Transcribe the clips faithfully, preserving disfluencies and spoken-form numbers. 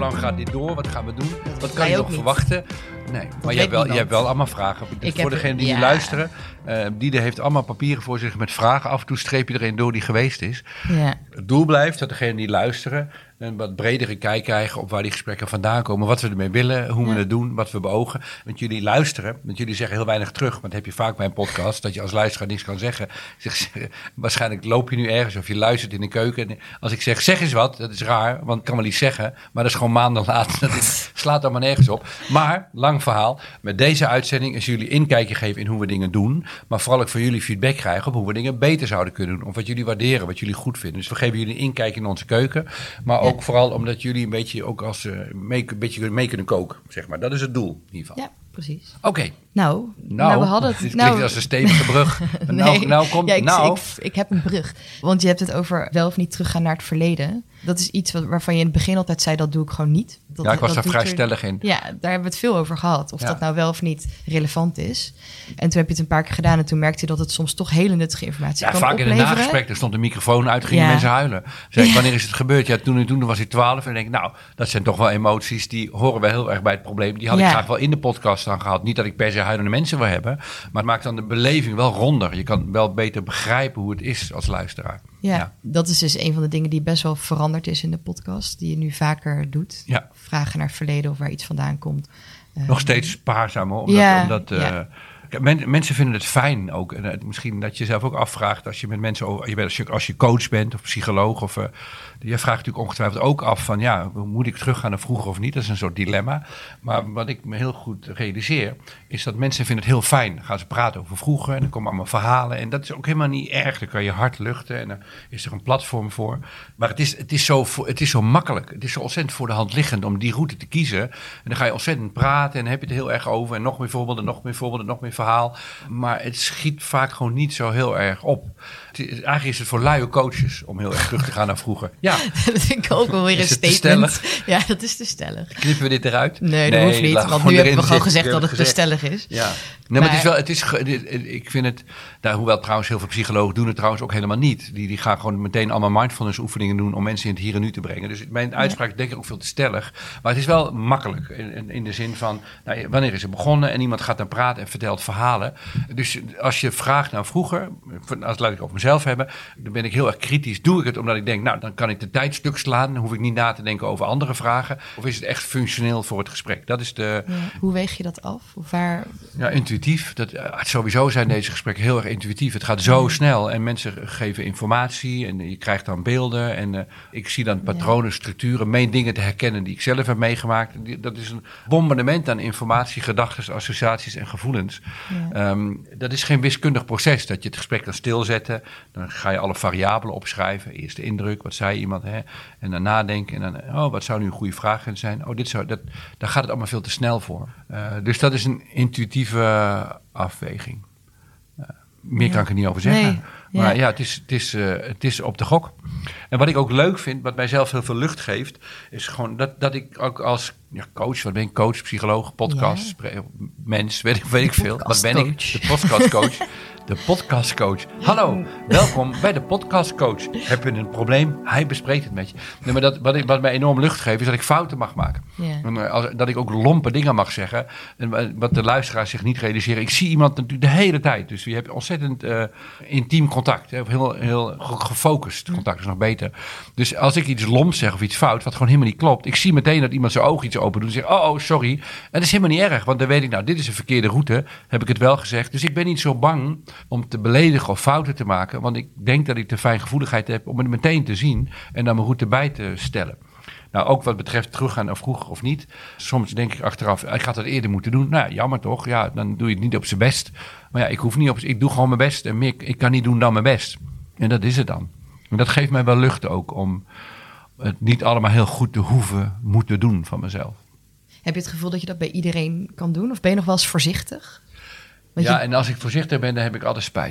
lang gaat dit door? Wat gaan we doen? Dat Wat kan je nog niet. verwachten? Nee, dat maar je hebt, wel, je hebt wel allemaal vragen. Dus voor degenen die ja. nu luisteren, uh, Diede heeft allemaal papieren voor zich met vragen. Af en toe streep je er een door die geweest is. Ja. Het doel blijft dat degenen die luisteren een wat bredere kijk krijgen op waar die gesprekken vandaan komen. Wat we ermee willen, hoe ja. we het doen, wat we beogen. Want jullie luisteren, want jullie zeggen heel weinig terug. Want dat heb je vaak bij een podcast, dat je als luisteraar niks kan zeggen. Zeg, waarschijnlijk loop je nu ergens of je luistert in de keuken. Als ik zeg, zeg eens wat, dat is raar, want ik kan wel iets zeggen. Maar dat is gewoon maanden later. Dat is, slaat allemaal nergens op. Maar, lang verhaal, met deze uitzending is jullie inkijkje geven in hoe we dingen doen. Maar vooral ook van jullie feedback krijgen op hoe we dingen beter zouden kunnen doen. Of wat jullie waarderen, wat jullie goed vinden. Dus we geven jullie een inkijk in onze keuken. Maar ook ja. vooral omdat jullie een beetje ook als uh, mee, een beetje mee kunnen koken, zeg maar. Dat is het doel, in ieder geval. Ja, precies. Oké. Okay. Nou, nou, nou, we hadden het... Het nou, klinkt als een stevige brug. nee, nou, nou komt... Ja, ik, nou. Ik, ik heb een brug. Want je hebt het over wel of niet teruggaan naar het verleden. Dat is iets wat, waarvan je in het begin altijd zei, dat doe ik gewoon niet. Dat, ja, ik was dat daar vrij er, stellig in. Ja, daar hebben we het veel over gehad. Of ja. dat nou wel of niet relevant is. En toen heb je het een paar keer gedaan en toen merkte je dat het soms toch hele nuttige informatie ja, kan vaak opleveren. in een nagesprek, er stond een microfoon uit, gingen ja. mensen huilen. Zeg, ja. wanneer is het gebeurd? Ja, toen en toen was ik twaalf. En dan denk ik, nou, dat zijn toch wel emoties, die horen wel heel erg bij het probleem. Die had ja. ik graag wel in de podcast dan gehad. Niet dat ik per se huilende mensen wil hebben, maar het maakt dan de beleving wel ronder. Je kan wel beter begrijpen hoe het is als luisteraar. Ja, ja, dat is dus een van de dingen die best wel veranderd is in de podcast. Die je nu vaker doet. Ja. Vragen naar het verleden of waar iets vandaan komt. Nog steeds spaarzaam hoor. Omdat, ja, omdat, uh, ja. men, mensen vinden het fijn ook. En, uh, misschien dat je zelf ook afvraagt als je met mensen over, je bent, als, je, als je coach bent of psycholoog. Of, uh, je vraagt natuurlijk ongetwijfeld ook af van ja, moet ik teruggaan naar vroeger of niet? Dat is een soort dilemma. Maar wat ik me heel goed realiseer, is dat mensen vinden het heel fijn. Dan gaan ze praten over vroeger en dan komen allemaal verhalen. En dat is ook helemaal niet erg. Dan kan je hart luchten en dan is er een platform voor. Maar het is, het is, zo, het is zo makkelijk. Het is zo ontzettend voor de hand liggend om die route te kiezen. En dan ga je ontzettend praten en dan heb je het heel erg over. En nog meer voorbeelden, nog meer voorbeelden, nog meer verhaal. Maar het schiet vaak gewoon niet zo heel erg op. Het is, eigenlijk is het voor luie coaches om heel erg terug te gaan naar vroeger. Ja. Dat vind ik ook wel weer een statement. Ja, dat is te stellig. Knippen we dit eruit? Nee, dat nee, hoeft niet. Want nu hebben we gewoon gezegd dat het gezegd. te stellig is. Ja. Nee, maar, maar het is wel, het is, ik vind het, nou, hoewel trouwens heel veel psychologen doen het trouwens ook helemaal niet. Die, die gaan gewoon meteen allemaal mindfulness oefeningen doen om mensen in het hier en nu te brengen. Dus mijn uitspraak ja. denk ik ook veel te stellig. Maar het is wel makkelijk in, in de zin van, nou, wanneer is het begonnen en iemand gaat dan praten en vertelt verhalen. Dus als je vraagt naar vroeger, als laat ik over mezelf hebben, dan ben ik heel erg kritisch. Doe ik het omdat ik denk, nou dan kan ik de tijd stuk slaan, dan hoef ik niet na te denken over andere vragen. Of is het echt functioneel voor het gesprek? Dat is de... Ja. Hoe weeg je dat af? Of waar... Ja, intuïtief. Dat, sowieso zijn deze gesprekken heel erg intuïtief. Het gaat zo ja. snel en mensen geven informatie en je krijgt dan beelden. En uh, ik zie dan patronen, ja. structuren, meen dingen te herkennen die ik zelf heb meegemaakt. Dat is een bombardement aan informatie, gedachten, associaties en gevoelens. Ja. Um, dat is geen wiskundig proces, dat je het gesprek kan stilzetten. Dan ga je alle variabelen opschrijven. Eerst de indruk, wat zei iemand, hè? En dan nadenken. En dan, oh, wat zou nu een goede vraag zijn? Oh, dit zou, dat, daar gaat het allemaal veel te snel voor. Uh, dus dat is een intuïtieve afweging. Uh, meer ja. kan ik er niet over zeggen. Nee. Ja. Maar ja, het is, het, is, uh, het is op de gok. En wat ik ook leuk vind, wat mijzelf heel veel lucht geeft, is gewoon dat, dat ik ook als ja, coach, wat ben ik, coach, psycholoog, podcast, ja. mens, weet ik, weet ik veel. Wat ben ik? De podcastcoach. De podcastcoach. Hallo, welkom bij de podcastcoach. Heb je een probleem? Hij bespreekt het met je. Nee, maar dat, wat, ik, wat mij enorm lucht geeft, is dat ik fouten mag maken. Ja. En als, dat ik ook lompe dingen mag zeggen. En wat de luisteraars zich niet realiseren. Ik zie iemand natuurlijk de hele tijd. Dus je hebt ontzettend uh, intiem contact. Hè, heel, heel gefocust contact is nog beter. Dus als ik iets lomps zeg of iets fout, wat gewoon helemaal niet klopt. Ik zie meteen dat iemand zijn oog iets open doet. En zegt, oh, oh, sorry. En dat is helemaal niet erg. Want dan weet ik, nou, dit is een verkeerde route. Heb ik het wel gezegd. Dus ik ben niet zo bang om te beledigen of fouten te maken. Want ik denk dat ik de fijngevoeligheid heb om het meteen te zien en dan mijn route bij te stellen. Nou, ook wat betreft teruggaan naar vroeger of niet. Soms denk ik achteraf, ik had het eerder moeten doen. Nou ja, jammer toch? Ja, dan doe je het niet op zijn best. Maar ja, ik hoef niet op, ik doe gewoon mijn best. En meer, ik kan niet doen dan mijn best. En dat is het dan. En dat geeft mij wel lucht ook om het niet allemaal heel goed te hoeven moeten doen van mezelf. Heb je het gevoel dat je dat bij iedereen kan doen? Of ben je nog wel eens voorzichtig? Want ja, je... en als ik voorzichtig ben, dan heb ik altijd spijt.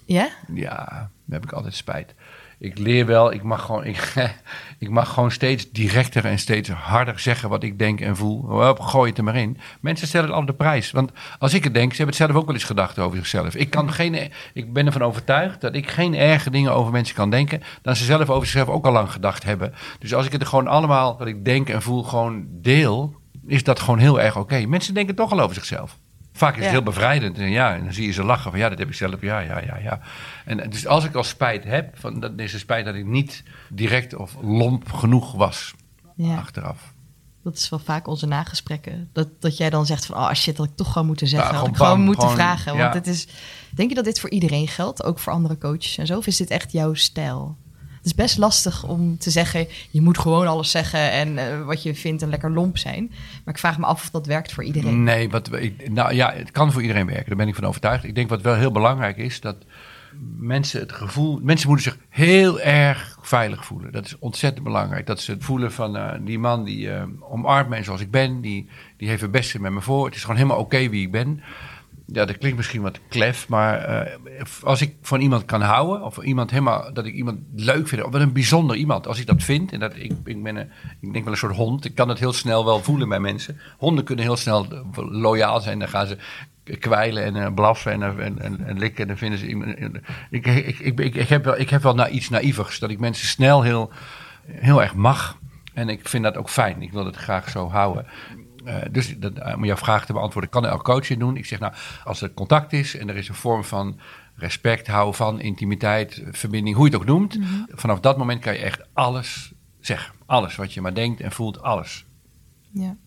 Ja? Ja, daar heb ik altijd spijt. Ik leer wel, ik mag gewoon, ik, ik mag gewoon steeds directer en steeds harder zeggen wat ik denk en voel. Hop, gooi het er maar in. Mensen stellen het altijd de prijs. Want als ik het denk, ze hebben het zelf ook wel eens gedacht over zichzelf. Ik, kan geen, ik ben ervan overtuigd dat ik geen erge dingen over mensen kan denken dan ze zelf over zichzelf ook al lang gedacht hebben. Dus als ik het er gewoon allemaal, wat ik denk en voel, gewoon deel, is dat gewoon heel erg oké. Okay. Mensen denken toch al over zichzelf. Vaak is het ja. heel bevrijdend. En, ja, en dan zie je ze lachen van ja, dat heb ik zelf. Ja, ja, ja, ja. En dus als ik al spijt heb, van, dan is het spijt dat ik niet direct of lomp genoeg was ja. achteraf. Dat is wel vaak onze nagesprekken. Dat, dat jij dan zegt van, oh shit, dat ik toch gewoon moeten zeggen. Ja, had ik bam, gewoon moeten gewoon, vragen. Want ja. het is, denk je dat dit voor iedereen geldt? Ook voor andere coaches en zo? Of is dit echt jouw stijl? Het is best lastig om te zeggen, je moet gewoon alles zeggen en uh, wat je vindt en lekker lomp zijn. Maar ik vraag me af of dat werkt voor iedereen. Nee, wat, ik, nou ja, het kan voor iedereen werken. Daar ben ik van overtuigd. Ik denk wat wel heel belangrijk is, dat mensen het gevoel, mensen moeten zich heel erg veilig voelen. Dat is ontzettend belangrijk. Dat ze het voelen van uh, die man die uh, omarmt mij zoals ik ben, die, die heeft het beste met me voor. Het is gewoon helemaal oké okay wie ik ben. Ja, dat klinkt misschien wat klef, maar uh, als ik van iemand kan houden, of iemand helemaal, dat ik iemand leuk vind, of wat een bijzonder iemand, als ik dat vind, en dat ik, ik ben een, ik denk wel een soort hond, ik kan het heel snel wel voelen bij mensen. Honden kunnen heel snel loyaal zijn, dan gaan ze kwijlen en uh, blaffen en, en, en, en likken, en dan vinden ze iemand. Ik, ik, ik, ik, ik heb wel, ik heb wel na iets naïvers, dat ik mensen snel heel, heel erg mag, en ik vind dat ook fijn. Ik wil het graag zo houden. Uh, dus dat, uh, om jouw vraag te beantwoorden, kan er elk coach in doen? Ik zeg nou, als er contact is en er is een vorm van respect, houden van, intimiteit, verbinding, hoe je het ook noemt. Mm-hmm. Vanaf dat moment kan je echt alles zeggen. Alles wat je maar denkt en voelt, alles. Ja.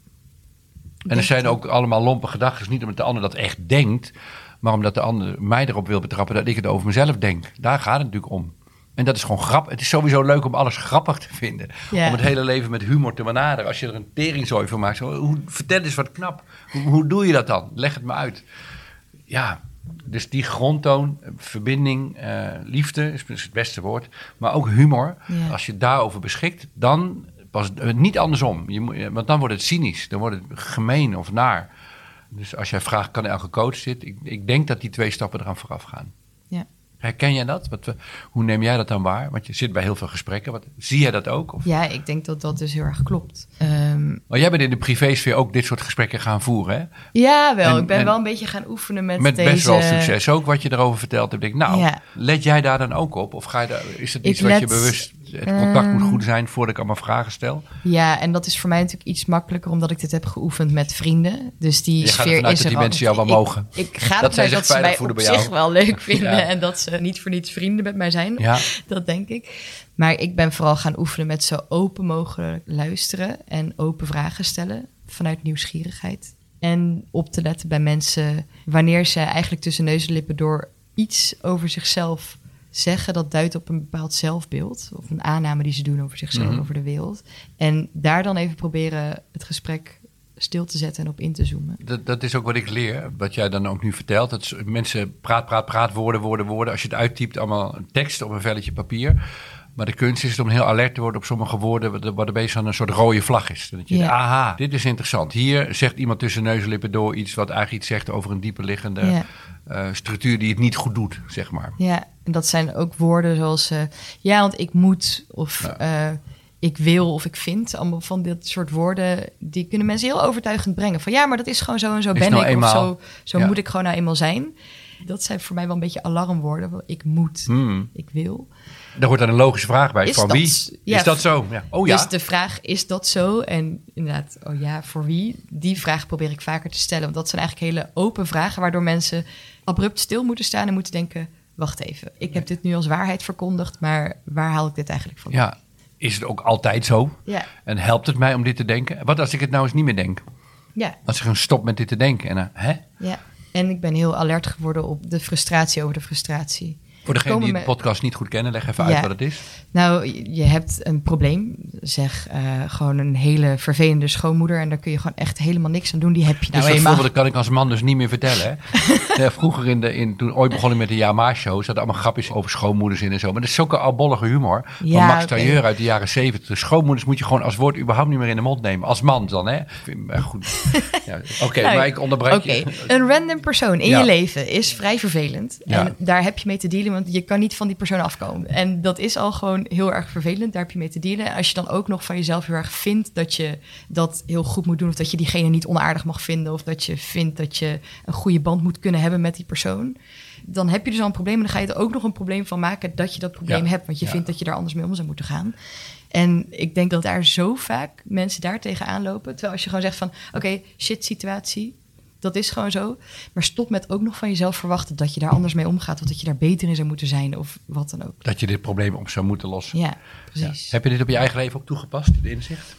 En er zijn ook allemaal lompe gedachten, niet omdat de ander dat echt denkt, maar omdat de ander mij erop wil betrappen dat ik het over mezelf denk. Daar gaat het natuurlijk om. En dat is gewoon grappig. Het is sowieso leuk om alles grappig te vinden. Yeah. Om het hele leven met humor te benaderen. Als je er een teringzooi van maakt. Zo, hoe, vertel eens wat knap. Hoe, hoe doe je dat dan? Leg het me uit. Ja, dus die grondtoon, verbinding, uh, liefde is het beste woord. Maar ook humor. Yeah. Als je daarover beschikt, dan pas niet andersom. Je moet, want dan wordt het cynisch. Dan wordt het gemeen of naar. Dus als jij vraagt, kan elke coach dit? Ik, ik denk dat die twee stappen eraan vooraf gaan. Ja. Herken jij dat? Wat, hoe neem jij dat dan waar? Want je zit bij heel veel gesprekken. Wat, zie jij dat ook? Of? Ja, ik denk dat dat dus heel erg klopt. Um, maar jij bent in de privésfeer ook dit soort gesprekken gaan voeren, hè? Ja, wel. En, ik ben wel een beetje gaan oefenen met, met deze... Met best wel succes ook, wat je erover verteld hebt. Ik, nou, ja. let jij daar dan ook op? Of ga je daar, is het iets ik wat let, je bewust... Het contact um, moet goed zijn voordat ik allemaal vragen stel? Ja, en dat is voor mij natuurlijk iets makkelijker... omdat ik dit heb geoefend met vrienden. Dus die je sfeer gaat ervanuit is dat er die mensen jou wel mogen. Ik, ik ga ervan uit dat ze mij op bij zich jou. wel leuk vinden... Ja. en dat ze niet voor niets vrienden met mij zijn. Ja. Dat denk ik. Maar ik ben vooral gaan oefenen met zo open mogelijk luisteren... en open vragen stellen vanuit nieuwsgierigheid. En op te letten bij mensen... wanneer ze eigenlijk tussen neus en lippen door iets over zichzelf... zeggen, dat duidt op een bepaald zelfbeeld... of een aanname die ze doen over zichzelf, mm-hmm. over de wereld. En daar dan even proberen het gesprek stil te zetten en op in te zoomen. Dat, dat is ook wat ik leer, wat jij dan ook nu vertelt. Dat mensen praat, praat, praat, woorden, woorden, woorden. Als je het uittypt, allemaal een tekst op een velletje papier. Maar de kunst is om heel alert te worden op sommige woorden... waar de bezig aan een soort rode vlag is. Dat je ja. denkt, aha, dit is interessant. Hier zegt iemand tussen neus en lippen door iets... wat eigenlijk iets zegt over een dieper liggende ja. uh, structuur... die het niet goed doet, zeg maar. Ja, en dat zijn ook woorden zoals... Uh, ja, want ik moet of ja. uh, ik wil of ik vind. Allemaal van dit soort woorden... die kunnen mensen heel overtuigend brengen. Van ja, maar dat is gewoon zo en zo is ben nou ik. Eenmaal, of zo, zo ja. moet ik gewoon nou eenmaal zijn. Dat zijn voor mij wel een beetje alarmwoorden. Ik moet, hmm. ik wil... Daar hoort dan een logische vraag bij. Is van dat, wie? Ja, is dat zo? Ja. Oh ja. Dus de vraag, is dat zo? En inderdaad, oh ja, voor wie? Die vraag probeer ik vaker te stellen. Want dat zijn eigenlijk hele open vragen... waardoor mensen abrupt stil moeten staan en moeten denken... wacht even, ik heb dit nu als waarheid verkondigd... maar waar haal ik dit eigenlijk van? Ja, is het ook altijd zo? Ja. En helpt het mij om dit te denken? Wat als ik het nou eens niet meer denk? Ja. Als ik gewoon stop met dit te denken. En, uh, hè? Ja, en ik ben heel alert geworden op de frustratie over de frustratie. Voor degene die de met... podcast niet goed kennen, leg even ja. uit wat het is. Nou, je hebt een probleem. Zeg uh, gewoon een hele vervelende schoonmoeder. En daar kun je gewoon echt helemaal niks aan doen. Die heb je nou dus dat eenmaal. voorbeeld kan ik als man dus niet meer vertellen. Hè? ja, vroeger, in de, in, toen ooit begon ik met de Ja-maar-show, zaten allemaal grapjes over schoonmoeders in en zo. Maar dat is zulke albollige humor. Ja, van Max okay. Tailleur uit de jaren zeventig. De schoonmoeders moet je gewoon als woord überhaupt niet meer in de mond nemen. Als man dan, hè? Goed. Ja, Oké, okay, nou, maar ik onderbreek okay. je. Een random persoon in ja. je leven is vrij vervelend. Ja. En daar heb je mee te dealen, want je kan niet van die persoon afkomen. En dat is al gewoon heel erg vervelend. Daar heb je mee te dealen. En als je dan ook nog van jezelf heel erg vindt dat je dat heel goed moet doen, of dat je diegene niet onaardig mag vinden, of dat je vindt dat je een goede band moet kunnen hebben met die persoon, dan heb je dus al een probleem. En dan ga je er ook nog een probleem van maken dat je dat probleem ja. hebt. Want je ja. vindt dat je daar anders mee om zou moeten gaan. En ik denk dat daar zo vaak mensen daar tegenaan lopen. Terwijl als je gewoon zegt van, oké, okay, shit situatie, dat is gewoon zo. Maar stop met ook nog van jezelf verwachten dat je daar anders mee omgaat, of dat je daar beter in zou moeten zijn, of wat dan ook. Dat je dit probleem op zou moeten lossen. Ja, precies. Ja. Heb je dit op je eigen leven ook toegepast, dit inzicht?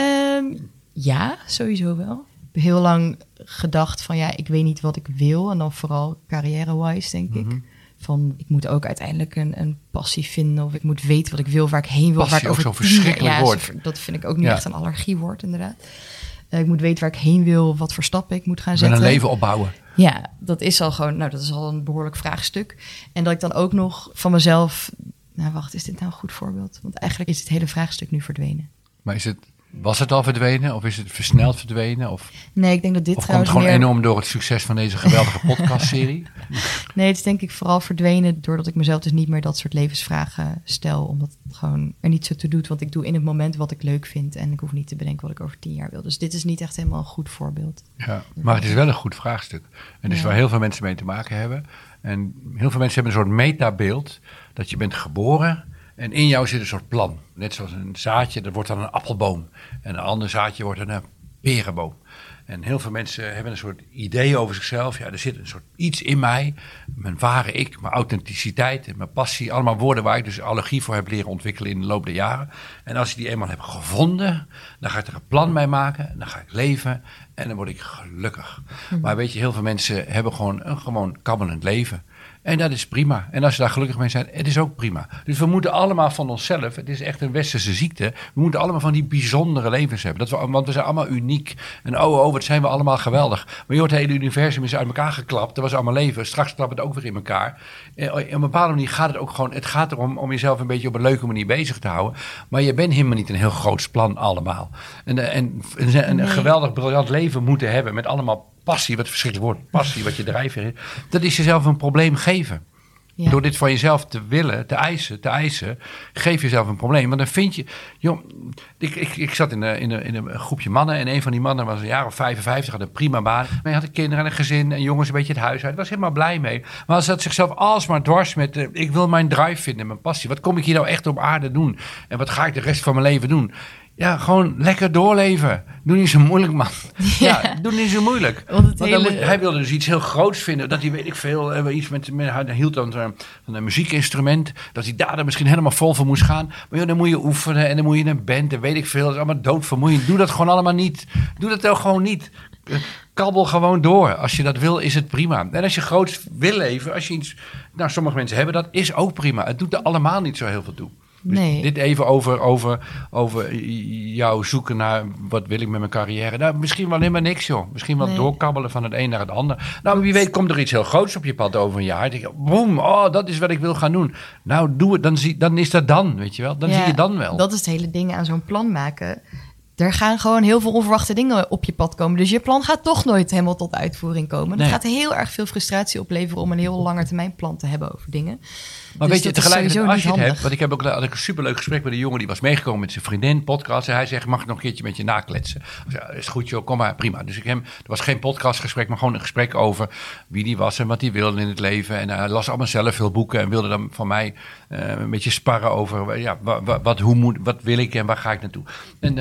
Um, ja, sowieso wel. Ik heb heel lang gedacht van, ja, ik weet niet wat ik wil. En dan vooral carrière-wise, denk Mm-hmm. ik. Van, ik moet ook uiteindelijk een, een passie vinden, of ik moet weten wat ik wil, waar ik heen wil. Passie, waar ik ook over zo'n verschrikkelijk ja, woord. Dat vind ik ook niet ja. echt een allergiewoord, inderdaad. Uh, ik moet weten waar ik heen wil, wat voor stappen ik moet gaan zetten. En een leven opbouwen. Ja, dat is al gewoon, nou, dat is al een behoorlijk vraagstuk. En dat ik dan ook nog van mezelf, nou wacht, is dit nou een goed voorbeeld? Want eigenlijk is het hele vraagstuk nu verdwenen. Maar is het, was het al verdwenen of is het versneld verdwenen? Of, nee, ik denk dat dit of komt het gewoon meer... enorm door het succes van deze geweldige podcastserie? Nee, het is denk ik vooral verdwenen doordat ik mezelf dus niet meer dat soort levensvragen stel. Omdat het gewoon er niet zo toe doet. Want ik doe in het moment wat ik leuk vind. En ik hoef niet te bedenken wat ik over tien jaar wil. Dus dit is niet echt helemaal een goed voorbeeld. Ja, maar het is wel een goed vraagstuk. En het is ja. waar heel veel mensen mee te maken hebben. En heel veel mensen hebben een soort metabeeld. Dat je bent geboren en in jou zit een soort plan. Net zoals een zaadje, dat wordt dan een appelboom. En een ander zaadje wordt een perenboom. En heel veel mensen hebben een soort idee over zichzelf. Ja, er zit een soort iets in mij. Mijn ware ik, mijn authenticiteit en mijn passie. Allemaal woorden waar ik dus allergie voor heb leren ontwikkelen in de loop der jaren. En als ik die eenmaal heb gevonden, dan ga ik er een plan mee maken. En dan ga ik leven en dan word ik gelukkig. Mm-hmm. Maar weet je, heel veel mensen hebben gewoon een gewoon kabbelend leven. En dat is prima. En als ze daar gelukkig mee zijn, het is ook prima. Dus we moeten allemaal van onszelf, het is echt een westerse ziekte, we moeten allemaal van die bijzondere levens hebben. Dat we, want we zijn allemaal uniek. En oh, oh, wat zijn we allemaal geweldig. Maar je hoort, het hele universum is uit elkaar geklapt. Dat was allemaal leven. Straks klapt het ook weer in elkaar. En op een bepaalde manier gaat het ook gewoon, het gaat erom om jezelf een beetje op een leuke manier bezig te houden. Maar je bent helemaal niet een heel groot plan allemaal. En, en, en een nee. geweldig, briljant leven moeten hebben met allemaal passie, wat verschrikkelijk woord, passie, wat je drijfveer is, dat is jezelf een probleem geven. Ja. Door dit van jezelf te willen, te eisen, te eisen, geef jezelf een probleem. Want dan vind je, joh, ik, ik, ik zat in een, in, een, in een groepje mannen en een van die mannen was een jaar of vijfenvijftig, had een prima baan. Maar hij had een kinderen en een gezin en jongens een beetje het huis uit. Was helemaal blij mee. Maar hij zat zichzelf alsmaar dwars met, uh, ik wil mijn drive vinden, mijn passie. Wat kom ik hier nou echt op aarde doen? En wat ga ik de rest van mijn leven doen? Ja, gewoon lekker doorleven. Doe niet zo moeilijk, man. Ja, ja doe niet zo moeilijk. Want het Want hele... moet, hij wilde dus iets heel groots vinden. Dat hij, weet ik veel, iets met, met hij hield dan van een muziekinstrument. Dat hij daar dan misschien helemaal vol voor moest gaan. Maar joh, dan moet je oefenen en dan moet je een band en weet ik veel. Dat is allemaal doodvermoeiend. Doe dat gewoon allemaal niet. Doe dat ook gewoon niet. Kabbel gewoon door. Als je dat wil, is het prima. En als je groots wil leven, als je iets... Nou, sommige mensen hebben dat, is ook prima. Het doet er allemaal niet zo heel veel toe. Dus nee. Dit even over, over, over jou zoeken naar wat wil ik met mijn carrière. Nou, misschien wel helemaal niks, joh. Misschien wel nee. doorkabbelen van het een naar het ander. Nou, wie weet komt er iets heel groots op je pad over een jaar. Dan denk je, boem, oh, dat is wat ik wil gaan doen. Nou, doe het, dan, zie, dan is dat dan, weet je wel. Dan ja, zie je dan wel. Dat is het hele ding aan zo'n plan maken. Er gaan gewoon heel veel onverwachte dingen op je pad komen. Dus je plan gaat toch nooit helemaal tot uitvoering komen. Nee. Dat gaat heel erg veel frustratie opleveren om een heel langetermijnplan te hebben over dingen. Maar dus weet je, tegelijkertijd als je het handig. hebt... Want ik heb ook had ik een superleuk gesprek met een jongen... die was meegekomen met zijn vriendin, podcast. En hij zegt, mag ik nog een keertje met je nakletsen? Ik zei, is goed joh, kom maar, prima. Dus ik hem, er was geen podcastgesprek, maar gewoon een gesprek over... wie die was en wat hij wilde in het leven. En hij las allemaal zelf veel boeken... en wilde dan van mij uh, een beetje sparren over... ja, wat, wat, hoe moet, wat wil ik en waar ga ik naartoe? En uh, nou, we waren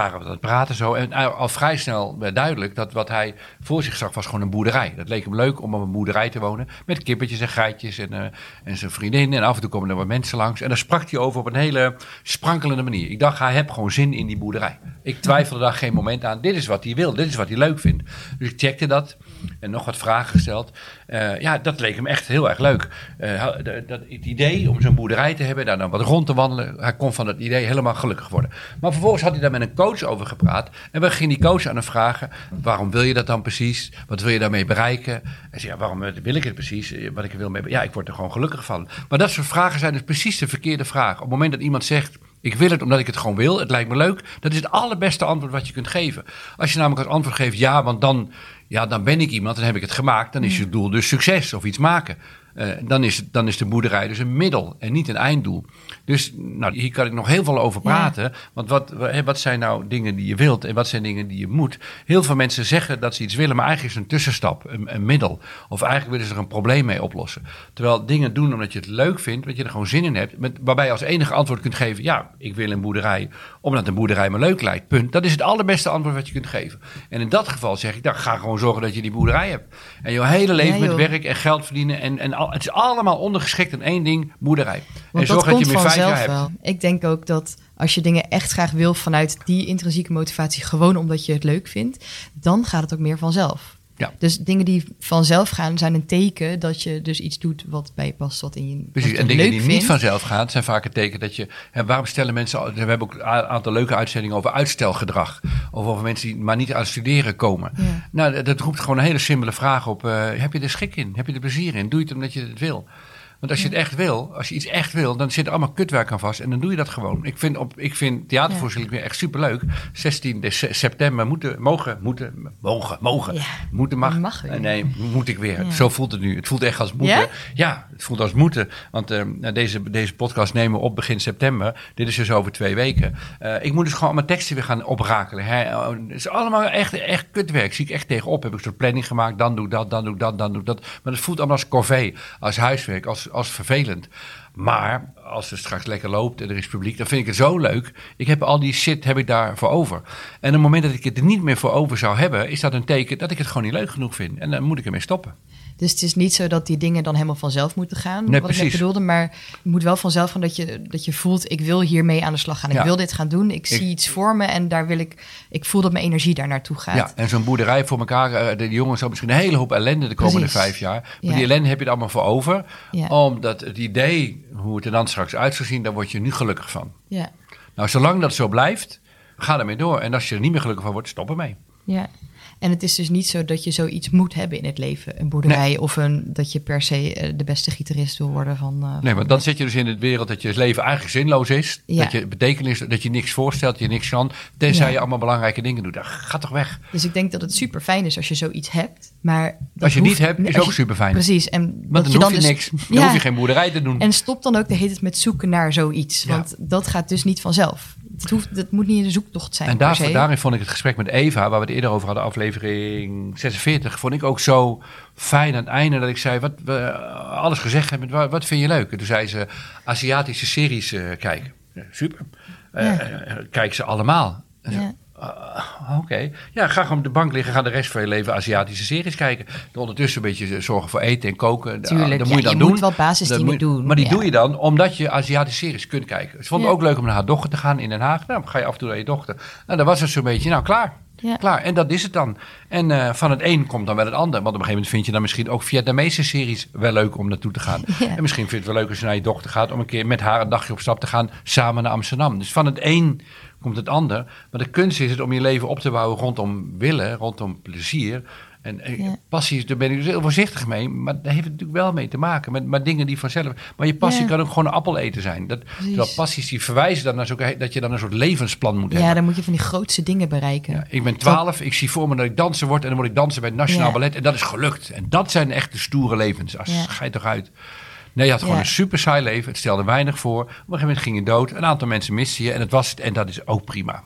waren we aan het praten zo. En al vrij snel werd duidelijk dat wat hij voor zich zag was gewoon een boerderij. Dat leek hem leuk om op een boerderij te wonen. Met kippetjes en geitjes en, uh, en zijn vriendin. En af en toe komen er wat mensen langs. En daar sprak hij over op een hele sprankelende manier. Ik dacht, hij heeft gewoon zin in die boerderij. Ik twijfelde daar geen moment aan. Dit is wat hij wil, dit is wat hij leuk vindt. Dus ik checkte dat en nog wat vragen gesteld. Uh, ja, dat leek hem echt heel erg leuk. Uh, dat, dat, het idee om zo'n boerderij te hebben, daar dan wat rond te wandelen. Hij kon van dat idee helemaal gelukkig worden. Maar vervolgens had hij daar met een coach over gepraat. En we gingen die coach aan hem vragen, waarom wil je dat dan precies? Wat wil je daarmee bereiken? Hij zei, ja, waarom wil ik het precies? Wat ik wil mee Ja, ik word er gewoon gelukkig van. Maar dat soort vragen zijn dus precies de verkeerde vragen. Op het moment dat iemand zegt, ik wil het omdat ik het gewoon wil, het lijkt me leuk, dat is het allerbeste antwoord wat je kunt geven. Als je namelijk het antwoord geeft, ja, want dan, ja, dan ben ik iemand, dan heb ik het gemaakt, dan is je doel dus succes of iets maken. Uh, dan, is, dan is de boerderij dus een middel en niet een einddoel. Dus nou, hier kan ik nog heel veel over praten. Ja. Want wat, wat zijn nou dingen die je wilt en wat zijn dingen die je moet? Heel veel mensen zeggen dat ze iets willen, maar eigenlijk is het een tussenstap, een, een middel. Of eigenlijk willen ze er een probleem mee oplossen. Terwijl dingen doen omdat je het leuk vindt, dat je er gewoon zin in hebt. Met, waarbij je als enige antwoord kunt geven, ja, ik wil een boerderij omdat een boerderij me leuk lijkt. Punt. Dat is het allerbeste antwoord wat je kunt geven. En in dat geval zeg ik, nou, ga gewoon zorgen dat je die boerderij hebt. En je hele leven ja, met werk en geld verdienen en, en al, het is allemaal ondergeschikt in één ding, boerderij. Want en zorg dat, dat je meer vijf jaar hebt. Wel. Ik denk ook dat als je dingen echt graag wil vanuit die intrinsieke motivatie, gewoon omdat je het leuk vindt, dan gaat het ook meer vanzelf. Ja. Dus dingen die vanzelf gaan zijn een teken dat je dus iets doet wat bij je past, wat in je Precies, je en dingen leuk die vindt. niet vanzelf gaan, zijn vaak een teken dat je... En waarom stellen mensen... We hebben ook een aantal leuke uitzendingen over uitstelgedrag. Of over mensen die maar niet aan het studeren komen. Ja. Nou, dat roept gewoon een hele simpele vraag op. Uh, heb je er schik in? Heb je er plezier in? Doe je het omdat je het wil? Want als je het echt wil, als je iets echt wil, dan zit er allemaal kutwerk aan vast. En dan doe je dat gewoon. Ik vind, op, ik vind theatervoorstelling weer echt superleuk. zestien september moeten, mogen, moeten, mogen, mogen. Ja, moeten, mag. mag nee, moet ik weer. Ja. Zo voelt het nu. Het voelt echt als moeten. Ja, ja het voelt als moeten. Want uh, deze, deze podcast nemen we op begin september. Dit is dus over twee weken. Uh, ik moet dus gewoon mijn teksten weer gaan oprakelen. Hè. Het is allemaal echt, echt kutwerk. Zie ik echt tegenop. Heb ik een soort planning gemaakt. Dan doe ik dat, dan doe ik dat, dan doe ik dat. Maar het voelt allemaal als corvée, als huiswerk, als als vervelend. Maar als het straks lekker loopt en er is publiek, dan vind ik het zo leuk. Ik heb al die shit heb ik daarvoor over. En op het moment dat ik het er niet meer voor over zou hebben, is dat een teken dat ik het gewoon niet leuk genoeg vind. En dan moet ik ermee stoppen. Dus het is niet zo dat die dingen dan helemaal vanzelf moeten gaan, nee, wat precies. ik net bedoelde. Maar het moet wel vanzelf gaan dat je, dat je voelt, ik wil hiermee aan de slag gaan. Ik ja. wil dit gaan doen. Ik, ik zie iets voor me en daar wil ik, ik voel dat mijn energie daar naartoe gaat. Ja, en zo'n boerderij voor elkaar, de jongens hebben misschien een hele hoop ellende de komende precies. vijf jaar. Maar ja. die ellende heb je er allemaal voor over. Ja. Omdat het idee, hoe het er dan straks uit zou zien, daar word je nu gelukkig van. Ja. Nou, zolang dat zo blijft, ga ermee door. En als je er niet meer gelukkig van wordt, stop ermee. Ja. En het is dus niet zo dat je zoiets moet hebben in het leven. Een boerderij nee. of een, dat je per se de beste gitarist wil worden. Van, uh, nee, want dan zit je dus in de wereld dat je leven eigenlijk zinloos is. Ja. Dat je betekenis, dat je niks voorstelt, dat je niks kan. Tenzij ja. je allemaal belangrijke dingen doet. Ga toch weg. Dus ik denk dat het super fijn is als je zoiets hebt. Maar dat als je hoeft, niet hebt, is ook super fijn. Precies. En want dan je hoef dan je dus, niks. Dan ja. hoef je geen boerderij te doen. En stop dan ook de hele tijd met zoeken naar zoiets. Ja. Want dat gaat dus niet vanzelf. Het, hoeft, het moet niet in de zoektocht zijn. En daar, daarin vond ik het gesprek met Eva, waar we het eerder over hadden, aflevering zesenveertig, vond ik ook zo fijn aan het einde dat ik zei, wat we alles gezegd hebben, wat, wat vind je leuk? En toen zei ze, Aziatische series uh, kijken. Ja, super. Uh, ja. uh, kijk ze allemaal. En ja. Uh, Oké. Okay. Ja, ga gewoon op de bank liggen. Ga de rest van je leven Aziatische series kijken. En ondertussen een beetje zorgen voor eten en koken. Tuurlijk, dat ja, moet je dan je doen. moet wel basisdingen moet, doen. Maar die ja. doe je dan omdat je Aziatische series kunt kijken. Ze vond het ja. ook leuk om naar haar dochter te gaan in Den Haag. Nou, dan ga je af en toe naar je dochter. Nou, dan was het zo'n beetje, nou, klaar. Ja. Klaar. En dat is het dan. En uh, van het een komt dan wel het ander. Want op een gegeven moment vind je dan misschien ook Vietnamese series wel leuk om naartoe te gaan. Ja. En misschien vind je het wel leuk als je naar je dochter gaat om een keer met haar een dagje op stap te gaan samen naar Amsterdam. Dus van het een komt het ander. Maar de kunst is het om je leven op te bouwen rondom willen, rondom plezier. En ja. passie, daar ben ik dus heel voorzichtig mee. Maar daar heeft het natuurlijk wel mee te maken. Met, met dingen die vanzelf... Maar je passie ja. kan ook gewoon een appel eten zijn. Dat, terwijl passies die verwijzen dan naar zo, dat je dan een soort levensplan moet ja, hebben. Ja, dan moet je van die grootste dingen bereiken. Ja, ik ben twaalf, ik zie voor me dat ik danser word. En dan moet ik dansen bij het Nationaal ja. Ballet. En dat is gelukt. En dat zijn echt de stoere levens. Als, ja. Ga je toch uit. Nee, je had gewoon ja. een super saai leven. Het stelde weinig voor. Op een gegeven moment ging je dood. Een aantal mensen misten je. En dat was het. En dat is ook prima.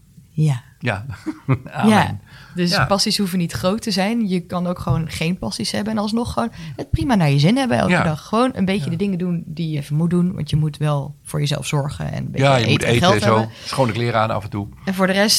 Ja. Ja. Amen. Ja. Dus ja. passies hoeven niet groot te zijn. Je kan ook gewoon geen passies hebben. En alsnog gewoon het prima naar je zin hebben elke ja. dag. Gewoon een beetje ja. de dingen doen die je even moet doen. Want je moet wel voor jezelf zorgen. En een beetje ja, je eten moet eten en geld en zo. Hebben. Schone kleren aan af en toe. En voor de rest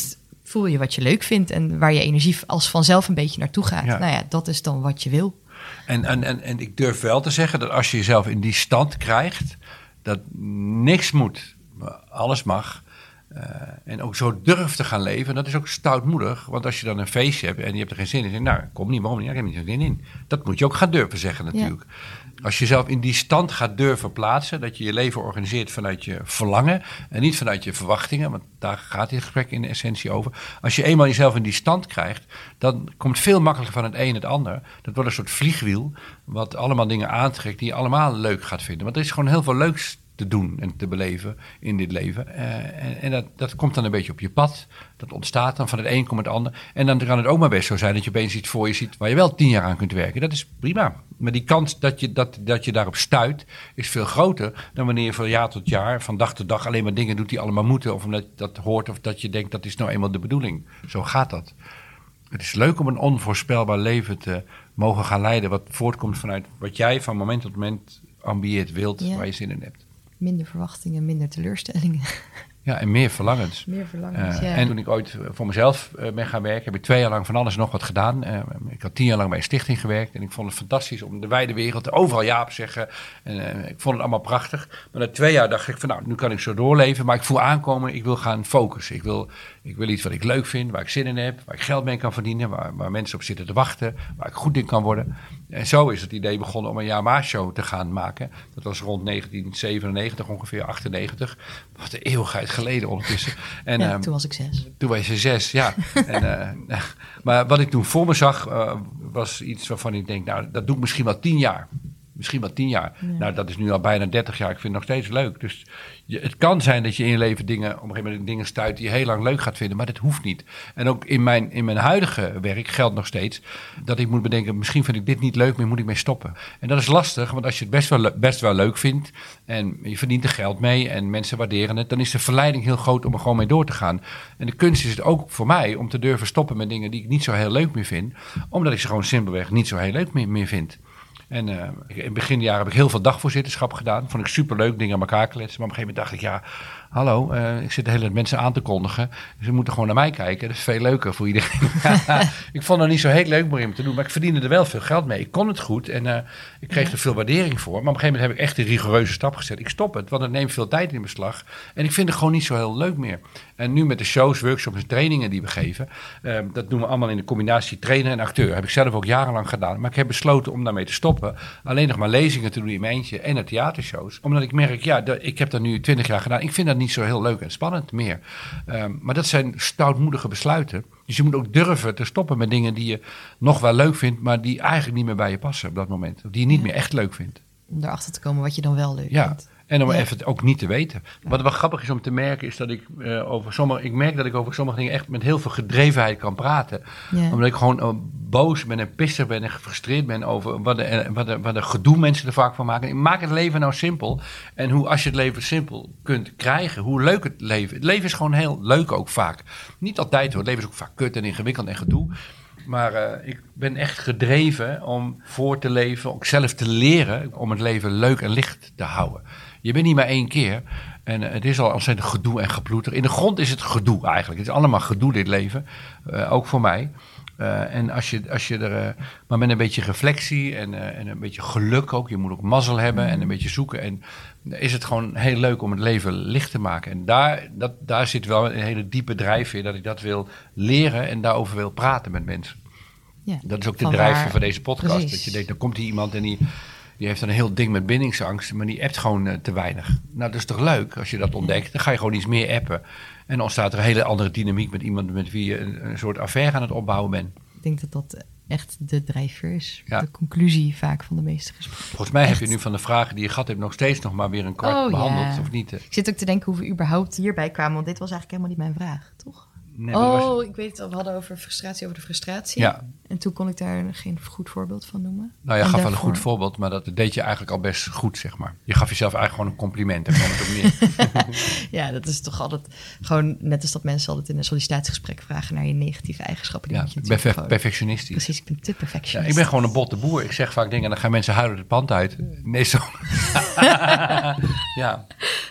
voel je wat je leuk vindt en waar je energie als vanzelf een beetje naartoe gaat. Ja. Nou ja, dat is dan wat je wil. En, en, en, en ik durf wel te zeggen dat als je jezelf in die stand krijgt, dat niks moet, maar alles mag. Uh, en ook zo durft te gaan leven, dat is ook stoutmoedig. Want als je dan een feestje hebt en je hebt er geen zin in, zeg, nou, kom niet, waarom niet? Ik heb er niet zin in. Dat moet je ook gaan durven zeggen natuurlijk. Ja. Als je jezelf in die stand gaat durven plaatsen, dat je je leven organiseert vanuit je verlangen en niet vanuit je verwachtingen, want daar gaat dit gesprek in de essentie over. Als je eenmaal jezelf in die stand krijgt, dan komt veel makkelijker van het een het ander. Dat wordt een soort vliegwiel, wat allemaal dingen aantrekt die je allemaal leuk gaat vinden. Want er is gewoon heel veel leuks te doen en te beleven in dit leven. Uh, en en dat, dat komt dan een beetje op je pad. Dat ontstaat dan van het een komt het ander. En dan kan het ook maar best zo zijn dat je opeens iets voor je ziet waar je wel tien jaar aan kunt werken. Dat is prima. Maar die kans dat je, dat, dat je daarop stuit is veel groter dan wanneer je van jaar tot jaar, van dag tot dag alleen maar dingen doet die allemaal moeten. Of omdat dat hoort of dat je denkt dat is nou eenmaal de bedoeling. Zo gaat dat. Het is leuk om een onvoorspelbaar leven te mogen gaan leiden wat voortkomt vanuit wat jij van moment tot moment ambieert, wilt, ja. waar je zin in hebt. Minder verwachtingen, minder teleurstellingen. Ja, en meer verlangens. Meer verlangens, uh, ja. En toen ik ooit voor mezelf uh, ben gaan werken, heb ik twee jaar lang van alles nog wat gedaan. Uh, ik had tien jaar lang bij een stichting gewerkt en ik vond het fantastisch om de wijde wereld overal ja op zeggen. En, uh, ik vond het allemaal prachtig. Maar na twee jaar dacht ik van nou, nu kan ik zo doorleven, maar ik voel aankomen, ik wil gaan focussen. Ik wil, ik wil iets wat ik leuk vind, waar ik zin in heb, waar ik geld mee kan verdienen, waar, waar mensen op zitten te wachten, waar ik goed in kan worden. En zo is het idee begonnen om een Yama-show te gaan maken. Dat was rond negentien zevenennegentig, ongeveer achtennegentig. Wat een eeuwigheid geleden ondertussen. En, ja, um, toen was ik zes. Toen was je zes, ja. en, uh, maar wat ik toen voor me zag, uh, was iets waarvan ik denk, nou, dat doe ik misschien wel tien jaar. Misschien wel tien jaar. Ja. Nou, dat is nu al bijna dertig jaar. Ik vind het nog steeds leuk. Dus je, het kan zijn dat je in je leven dingen, op een gegeven moment dingen stuit die je heel lang leuk gaat vinden. Maar dat hoeft niet. En ook in mijn, in mijn huidige werk geldt nog steeds dat ik moet bedenken, misschien vind ik dit niet leuk, maar moet ik mee stoppen. En dat is lastig, want als je het best wel, best wel leuk vindt en je verdient er geld mee en mensen waarderen het, dan is de verleiding heel groot om er gewoon mee door te gaan. En de kunst is het ook voor mij om te durven stoppen met dingen die ik niet zo heel leuk meer vind. Omdat ik ze gewoon simpelweg niet zo heel leuk meer, meer vind. En uh, in het beginjaar heb ik heel veel dagvoorzitterschap gedaan. Vond ik superleuk, dingen aan elkaar kletsen. Maar op een gegeven moment dacht ik, ja, hallo, uh, ik zit de hele tijd mensen aan te kondigen. Ze moeten gewoon naar mij kijken. Dat is veel leuker voor iedereen. Ik vond het niet zo heel leuk meer om te doen. Maar ik verdiende er wel veel geld mee. Ik kon het goed en uh, ik kreeg ja. er veel waardering voor. Maar op een gegeven moment heb ik echt een rigoureuze stap gezet. Ik stop het, want het neemt veel tijd in beslag. En ik vind het gewoon niet zo heel leuk meer. En nu met de shows, workshops en trainingen die we geven. Uh, dat doen we allemaal in de combinatie trainer en acteur. Heb ik zelf ook jarenlang gedaan. Maar ik heb besloten om daarmee te stoppen. Alleen nog maar lezingen te doen in mijn eentje en naar theatershows. Omdat ik merk, ja, dat, ik heb dat nu twintig jaar gedaan. Ik vind dat niet zo heel leuk en spannend meer. Um, maar dat zijn stoutmoedige besluiten. Dus je moet ook durven te stoppen met dingen die je nog wel leuk vindt, maar die eigenlijk niet meer bij je passen op dat moment. Of die je niet ja. meer echt leuk vindt. Om erachter te komen wat je dan wel leuk ja. vindt. En om ja. even ook niet te weten. Ja. Wat wel grappig is om te merken is dat ik uh, over sommige, ik merk dat ik over sommige dingen echt met heel veel gedrevenheid kan praten. Ja. Omdat ik gewoon uh, boos ben en pissig ben en gefrustreerd ben over wat de, wat, de, wat de gedoe mensen er vaak van maken. Ik maak het leven nou simpel. En hoe als je het leven simpel kunt krijgen, hoe leuk het leven. Het leven is gewoon heel leuk ook vaak. Niet altijd hoor. Het leven is ook vaak kut en ingewikkeld en gedoe. Maar uh, ik ben echt gedreven om voor te leven, ook zelf te leren om het leven leuk en licht te houden. Je bent niet maar één keer en uh, het is al ontzettend gedoe en geploeter. In de grond is het gedoe eigenlijk. Het is allemaal gedoe dit leven, uh, ook voor mij. Uh, en als je, als je er, uh, maar met een beetje reflectie en, uh, en een beetje geluk ook, je moet ook mazzel hebben en een beetje zoeken. En is het gewoon heel leuk om het leven licht te maken. En daar, dat, daar zit wel een hele diepe drijfveer dat ik dat wil leren en daarover wil praten met mensen. Ja, dat is ook de drijfveer van deze podcast. Precies. Dat je denkt, dan komt hier iemand en die, die heeft een heel ding met bindingsangst, maar die appt gewoon uh, te weinig. Nou, dat is toch leuk als je dat ontdekt. Dan ga je gewoon iets meer appen. En dan ontstaat er een hele andere dynamiek met iemand met wie je een, een soort affaire aan het opbouwen bent. Ik denk dat dat echt de drijfveer is. Ja. De conclusie vaak van de meeste gesprekken. Volgens mij echt. Heb je nu van de vragen die je gehad hebt nog steeds nog maar weer een kwart oh, behandeld, ja. of niet? Ik zit ook te denken hoe we überhaupt hierbij kwamen, want dit was eigenlijk helemaal niet mijn vraag, toch? Nee, oh, was... ik weet het al. We hadden over frustratie, over de frustratie. Ja. En toen kon ik daar geen goed voorbeeld van noemen. Nou, je en gaf daarvoor... wel een goed voorbeeld, maar dat deed je eigenlijk al best goed, zeg maar. Je gaf jezelf eigenlijk gewoon een compliment. Daar kwam het ook neer. Ja, dat is toch altijd gewoon net als dat mensen altijd in een sollicitatiegesprek vragen naar je negatieve eigenschappen. Die ja, moet je perfe- gewoon... perfectionistisch. Precies, ik ben te perfectionistisch. Ja, ik ben gewoon een botte boer. Ik zeg vaak dingen en dan gaan mensen huilen het pand uit. Nee, zo. Ja.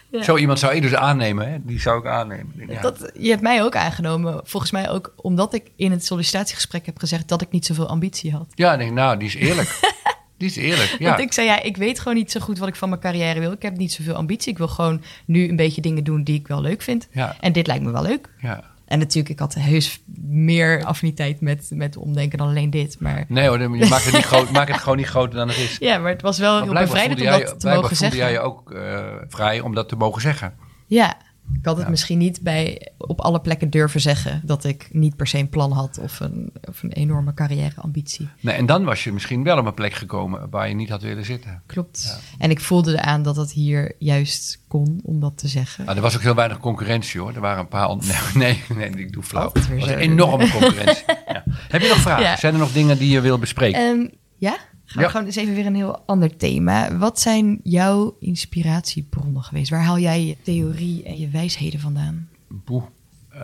Ja. Zo iemand zou ik dus aannemen, hè? Die zou ik aannemen. Ja. Dat, je hebt mij ook aangenomen, volgens mij ook omdat ik in het sollicitatiegesprek heb gezegd dat ik niet zoveel ambitie had. Ja, ik denk, nou, die is eerlijk. Die is eerlijk, ja. Want ik zei, ja, ik weet gewoon niet zo goed wat ik van mijn carrière wil. Ik heb niet zoveel ambitie. Ik wil gewoon nu een beetje dingen doen die ik wel leuk vind. Ja. En dit lijkt me wel leuk. Ja. En natuurlijk, ik had heus meer affiniteit met, met omdenken dan alleen dit. Maar... Nee hoor, je maakt het, niet groot, maak het gewoon niet groter dan het is. Ja, maar het was wel heel bevrijdend om dat te blijkbaar mogen zeggen. voelde jij je ook uh, vrij om dat te mogen zeggen. Ja, ik had het Ja. misschien niet bij op alle plekken durven zeggen dat ik niet per se een plan had of een, of een enorme carrièreambitie. Nee, en dan was je misschien wel op een plek gekomen waar je niet had willen zitten. Klopt. Ja. En ik voelde aan dat het hier juist kon om dat te zeggen. Nou, er was ook heel weinig concurrentie hoor. Er waren een paar... Nee, nee, nee ik doe flauw. Altijd weer Er was zo. een enorme concurrentie. Ja. Heb je nog vragen? Ja. Zijn er nog dingen die je wil bespreken? Um, ja? Gaan we Ja. gewoon eens even weer een heel ander thema. Wat zijn jouw inspiratiebronnen geweest? Waar haal jij je theorie en je wijsheden vandaan? Boe. Uh,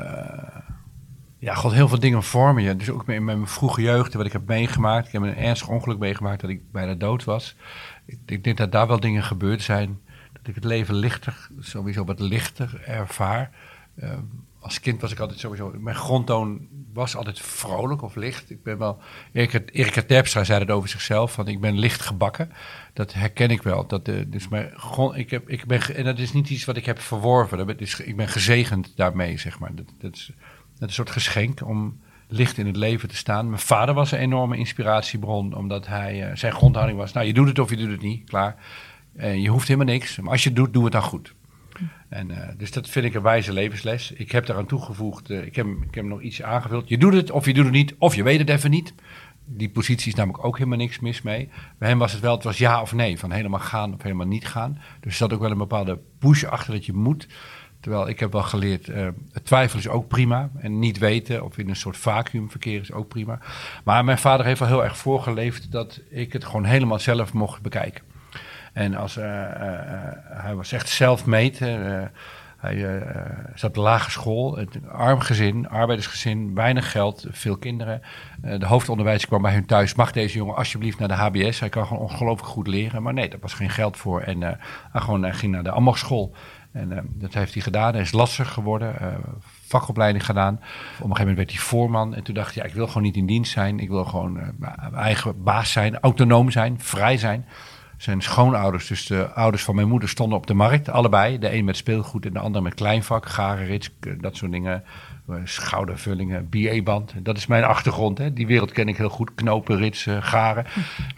ja, god, heel veel dingen vormen je. Dus ook in mijn vroege jeugd, wat ik heb meegemaakt. Ik heb een ernstig ongeluk meegemaakt dat ik bijna dood was. Ik, ik denk dat daar wel dingen gebeurd zijn. Dat ik het leven lichter, sowieso wat lichter ervaar. Uh, als kind was ik altijd sowieso... Mijn grondtoon was altijd vrolijk of licht. Ik ben wel... Erika, Erika Terpstra zei het over zichzelf, van ik ben licht gebakken. Dat herken ik wel. Dat, uh, dus mijn grond, ik heb, ik ben, en dat is niet iets wat ik heb verworven. Dat is, ik ben gezegend daarmee, zeg maar. Dat, dat, is, dat is een soort geschenk om licht in het leven te staan. Mijn vader was een enorme inspiratiebron, omdat hij... Uh, zijn grondhouding was, nou, je doet het of je doet het niet, klaar. Uh, je hoeft helemaal niks. Maar als je het doet, doe het dan goed. En, uh, dus dat vind ik een wijze levensles. Ik heb daaraan toegevoegd, uh, ik, heb, ik heb nog iets aangevuld. Je doet het of je doet het niet, of je weet het even niet. Die positie is namelijk ook helemaal niks mis mee. Bij hem was het wel, het was ja of nee, van helemaal gaan of helemaal niet gaan. Dus er zat ook wel een bepaalde push achter dat je moet. Terwijl ik heb wel geleerd, uh, het twijfelen is ook prima. En niet weten of in een soort vacuüm verkeren is ook prima. Maar mijn vader heeft wel heel erg voorgeleefd dat ik het gewoon helemaal zelf mocht bekijken. En als, uh, uh, uh, hij was echt self-made. Uh, hij uh, zat op de lagere school, een arm gezin, arbeidersgezin, weinig geld, veel kinderen. Uh, de hoofdonderwijzer kwam bij hun thuis. Mag deze jongen alsjeblieft naar de H B S? Hij kan gewoon ongelooflijk goed leren. Maar nee, daar was geen geld voor. En uh, hij, gewoon, hij ging naar de ambachtschool. En uh, dat heeft hij gedaan. Hij is lastig geworden. Uh, vakopleiding gedaan. Op een gegeven moment werd hij voorman. En toen dacht hij, ja, ik wil gewoon niet in dienst zijn. Ik wil gewoon uh, eigen baas zijn, autonoom zijn, vrij zijn. Zijn schoonouders, dus de ouders van mijn moeder, stonden op de markt. Allebei. De een met speelgoed en de ander met kleinvak. Garenrits, dat soort dingen. Schoudervullingen, B A-band. Dat is mijn achtergrond. Hè. Die wereld ken ik heel goed. Knopen, rits, uh, garen.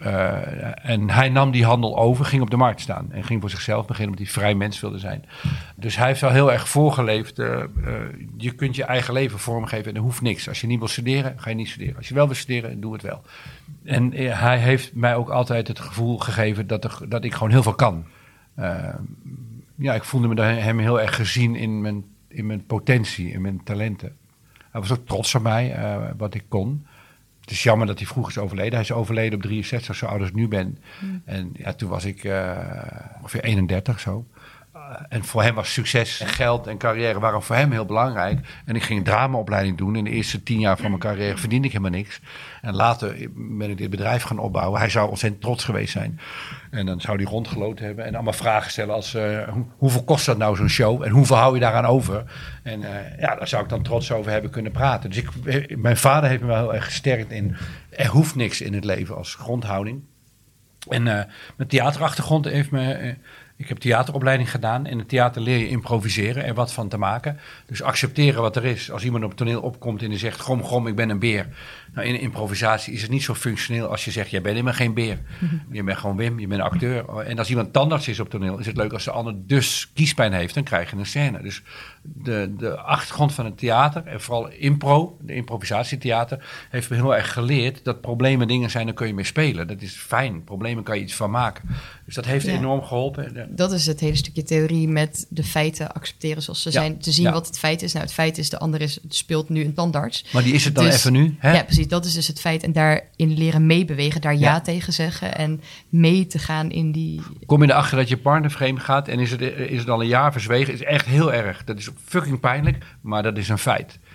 Uh, en hij nam die handel over, ging op de markt staan. En ging voor zichzelf beginnen omdat hij vrij mens wilde zijn. Dus hij heeft wel heel erg voorgeleefd. Uh, uh, je kunt je eigen leven vormgeven en er hoeft niks. Als je niet wil studeren, ga je niet studeren. Als je wel wil studeren, doe het wel. En uh, hij heeft mij ook altijd het gevoel gegeven dat, er, dat ik gewoon heel veel kan. Uh, ja, ik voelde me hem heel erg gezien in mijn in mijn potentie, in mijn talenten. Hij was ook trots op mij, uh, wat ik kon. Het is jammer dat hij vroeg is overleden. Hij is overleden op drieënzestig, zo oud als ik nu ben. Mm. En ja, toen was ik uh, ongeveer eenendertig, zo. Uh, en voor hem was succes en geld en carrière waren voor hem heel belangrijk. En ik ging een dramaopleiding doen. In de eerste tien jaar van mijn carrière verdiende ik helemaal niks. En later ben ik dit bedrijf gaan opbouwen. Hij zou ontzettend trots geweest zijn. En dan zou hij rondgelopen hebben en allemaal vragen stellen als... Uh, hoe, hoeveel kost dat nou, zo'n show? En hoeveel hou je daaraan over? En uh, ja, daar zou ik dan trots over hebben kunnen praten. Dus ik, mijn vader heeft me wel heel erg gesterkt in... er hoeft niks in het leven als grondhouding. En uh, mijn theaterachtergrond heeft me... Uh, ik heb theateropleiding gedaan. In het theater leer je improviseren en wat van te maken. Dus accepteren wat er is. Als iemand op het toneel opkomt en die zegt... grom, grom, ik ben een beer. Nou, in improvisatie is het niet zo functioneel als je zegt... jij bent helemaal geen beer. Je bent gewoon Wim, je bent een acteur. En als iemand tandarts is op toneel... is het leuk als de ander dus kiespijn heeft. Dan krijg je een scène. Dus de, de achtergrond van het theater... en vooral impro, de improvisatietheater... heeft me heel erg geleerd... dat problemen dingen zijn, dan kun je mee spelen. Dat is fijn. Problemen kan je iets van maken. Dus dat heeft ja. enorm geholpen. Dat is het hele stukje theorie met de feiten accepteren zoals ze ja. zijn. Te zien ja. wat het feit is. Nou, het feit is, de ander is, speelt nu een tandarts. Maar die is het dan dus, even nu? Hè? Ja, precies. Dat is dus het feit. En daarin leren meebewegen. Daar ja, ja tegen zeggen. En mee te gaan in die... Kom je erachter dat je partner vreemd gaat... en is het, is het al een jaar verzwegen? Is echt heel erg. Dat is fucking pijnlijk, maar dat is een feit.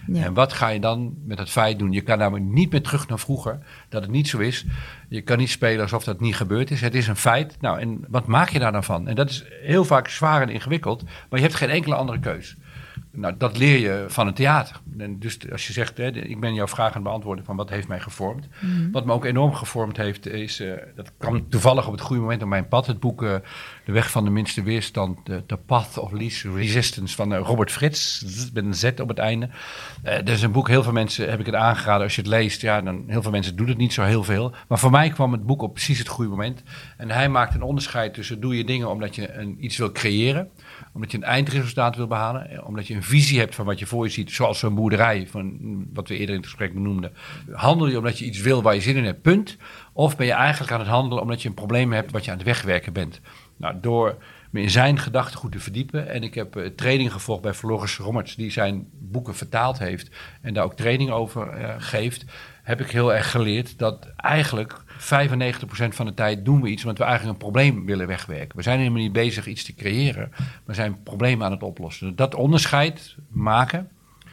Ja. En wat ga je dan met dat feit doen? Je kan namelijk niet meer terug naar vroeger, dat het niet zo is. Je kan niet spelen alsof dat niet gebeurd is. Het is een feit. Nou, en wat maak je daar dan van? En dat is heel vaak zwaar en ingewikkeld, maar je hebt geen enkele andere keus. Nou, dat leer je van het theater. En dus als je zegt, hè, ik ben jouw vraag aan het beantwoorden van wat heeft mij gevormd. Mm-hmm. Wat me ook enorm gevormd heeft, is, uh, dat kwam toevallig op het goede moment op mijn pad. Het boek uh, De Weg van de Minste Weerstand, uh, The Path of Least Resistance van uh, Robert Fritz, met een Z op het einde. Uh, dat is een boek, heel veel mensen heb ik het aangeraden. Als je het leest, ja, dan heel veel mensen doen het niet zo heel veel. Maar voor mij kwam het boek op precies het goede moment. En hij maakt een onderscheid tussen doe je dingen omdat je een, iets wil creëren, omdat je een eindresultaat wil behalen, omdat je een visie hebt van wat je voor je ziet, zoals zo'n boerderij, van wat we eerder in het gesprek benoemden. Handel je omdat je iets wil waar je zin in hebt, punt. Of ben je eigenlijk aan het handelen omdat je een probleem hebt wat je aan het wegwerken bent. Nou, door me in zijn gedachtegoed te verdiepen, en ik heb uh, training gevolgd bij Floris Rommerts, die zijn boeken vertaald heeft en daar ook training over uh, geeft, heb ik heel erg geleerd dat eigenlijk vijfennegentig procent van de tijd doen we iets omdat we eigenlijk een probleem willen wegwerken. We zijn helemaal niet bezig iets te creëren, we zijn problemen aan het oplossen. Dat onderscheid maken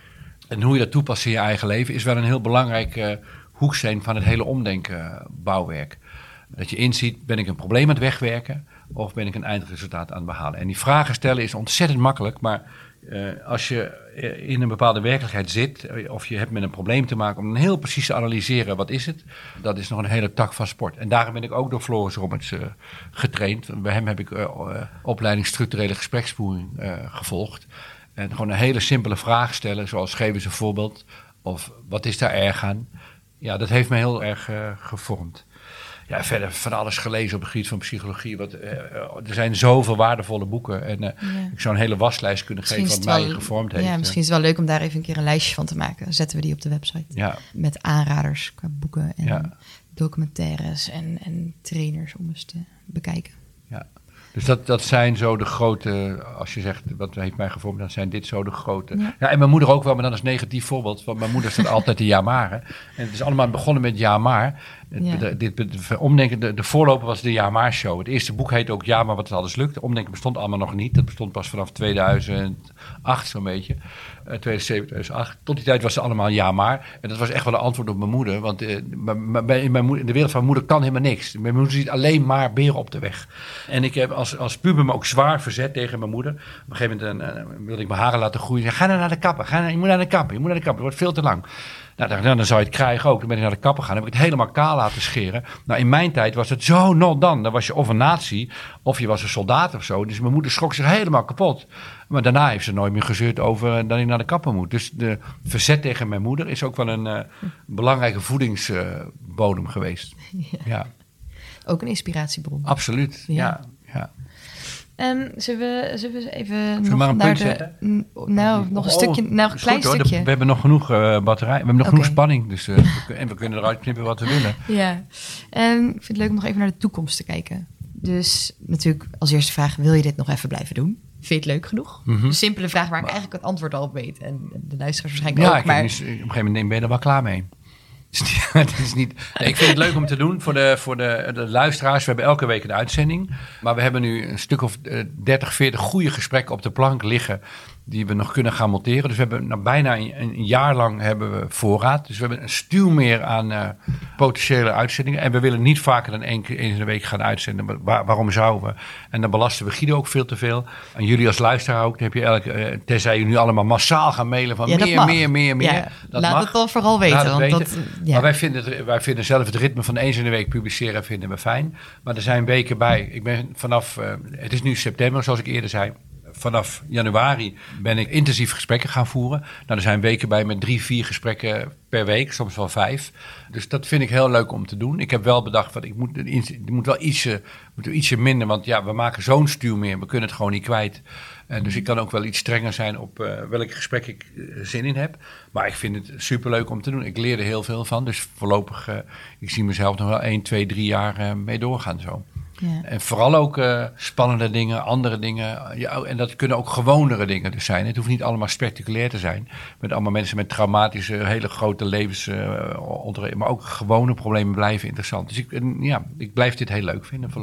en hoe je dat toepast in je eigen leven is wel een heel belangrijk uh, hoeksteen van het hele omdenken uh, bouwwerk. Dat je inziet, ben ik een probleem aan het wegwerken of ben ik een eindresultaat aan het behalen? En die vragen stellen is ontzettend makkelijk, maar uh, als je in een bepaalde werkelijkheid zit, of je hebt met een probleem te maken, om heel precies te analyseren wat is het, dat is nog een hele tak van sport. En daarom ben ik ook door Floris Rommerts uh, getraind. Bij hem heb ik uh, uh, opleiding structurele gespreksvoering uh, gevolgd. En gewoon een hele simpele vraag stellen, zoals geef eens een voorbeeld, of wat is daar erg aan? Ja, dat heeft me heel erg uh, gevormd. Ja, verder van alles gelezen op het gebied van psychologie. Wat, uh, er zijn zoveel waardevolle boeken. En uh, ja. ik zou een hele waslijst kunnen misschien geven wat mij wel, gevormd heeft. Ja, misschien is het wel leuk om daar even een keer een lijstje van te maken. Dan zetten we die op de website. Ja. Met aanraders qua boeken en ja. documentaires en, en trainers om eens te bekijken. Ja. Dus dat, dat zijn zo de grote, als je zegt, wat heeft mij gevormd, dan zijn dit zo de grote. Ja. ja, en mijn moeder ook wel, maar dan als negatief voorbeeld. Want mijn moeder staat altijd de ja maar. Hè. En het is allemaal begonnen met ja maar. Ja. De, dit, de, omdenken, de, de voorloper was de ja maar show. Het eerste boek heette ook Ja maar wat het alles lukt. De omdenken bestond allemaal nog niet. Dat bestond pas vanaf tweeduizend acht zo'n beetje. Uh, tweeduizend zeven, tweeduizend acht. Tot die tijd was het allemaal ja maar. En dat was echt wel een antwoord op mijn moeder. Want uh, bij, in, mijn moeder, in de wereld van mijn moeder kan helemaal niks. Mijn moeder ziet alleen maar beren op de weg. En ik heb als, als puber me ook zwaar verzet tegen mijn moeder. Op een gegeven moment uh, wilde ik mijn haren laten groeien. Zei, ga nou naar de kapper. Ga naar, je moet naar de kapper. Je moet naar de kapper. Het wordt veel te lang. Nou, dan, dan zou je het krijgen ook. Dan ben ik naar de kapper gegaan. Dan heb ik het helemaal kaal laten scheren. Nou, in mijn tijd was het zo not dan. Dan was je of een nazi, of je was een soldaat of zo. Dus mijn moeder schrok zich helemaal kapot. Maar daarna heeft ze nooit meer gezeurd over dat ik naar de kapper moet. Dus de verzet tegen mijn moeder is ook wel een uh, belangrijke voedingsbodem uh, geweest. Ja. Ja. Ook een inspiratiebron. Absoluut, ja. ja, ja. En zullen we, zullen we even zullen nog maar een naar punt de... N- nou, nog een oh, stukje, nou, een klein goed, hoor. stukje. De, we hebben nog genoeg uh, batterij, we hebben nog okay. genoeg spanning. Dus, uh, we, en we kunnen eruit knippen wat we willen. Ja, en ik vind het leuk om nog even naar de toekomst te kijken. Dus natuurlijk als eerste vraag, wil je dit nog even blijven doen? Vind je het leuk genoeg? Mm-hmm. Een simpele vraag waar ik eigenlijk het antwoord al op weet. En de luisteraars waarschijnlijk ja, ook. Maar... Niet, op een gegeven moment ben je er wel klaar mee. Het is niet, nee, ik vind het leuk om te doen voor, de, voor de, de luisteraars. We hebben elke week een uitzending. Maar we hebben nu een stuk of dertig, veertig goede gesprekken op de plank liggen die we nog kunnen gaan monteren. Dus we hebben nou, bijna een, een jaar lang hebben we voorraad. Dus we hebben een stuw meer aan uh, potentiële uitzendingen. En we willen niet vaker dan één keer eens in de week gaan uitzenden. Maar waar, waarom zouden we? En dan belasten we Guido ook veel te veel. En jullie als luisteraar ook. Dan heb je elke, uh, tenzij je nu allemaal massaal gaan mailen van ja, meer, meer, meer, meer. Ja, dat laat mag. Het dan vooral weten. Want weten. Dat, ja. Maar wij vinden, het, wij vinden zelf het ritme van eens in de week publiceren vinden we fijn. Maar er zijn weken bij. Ik ben vanaf, uh, het is nu september zoals ik eerder zei. Vanaf januari ben ik intensief gesprekken gaan voeren. Nou, er zijn weken bij met drie, vier gesprekken per week, soms wel vijf. Dus dat vind ik heel leuk om te doen. Ik heb wel bedacht, dat ik moet, ik moet wel ietsje, moet ietsje minder, want ja, we maken zo'n stuw meer. We kunnen het gewoon niet kwijt. Uh, dus ik kan ook wel iets strenger zijn op uh, welk gesprek ik uh, zin in heb. Maar ik vind het superleuk om te doen. Ik leer er heel veel van. Dus voorlopig, uh, ik zie mezelf nog wel één, twee, drie jaar uh, mee doorgaan zo. Ja. En vooral ook uh, spannende dingen, andere dingen. Ja, en dat kunnen ook gewonere dingen dus zijn. Het hoeft niet allemaal spectaculair te zijn. Met allemaal mensen met traumatische, hele grote levens. Uh, onder, maar ook gewone problemen blijven interessant. Dus ik, uh, ja, ik blijf dit heel leuk vinden voorlopig.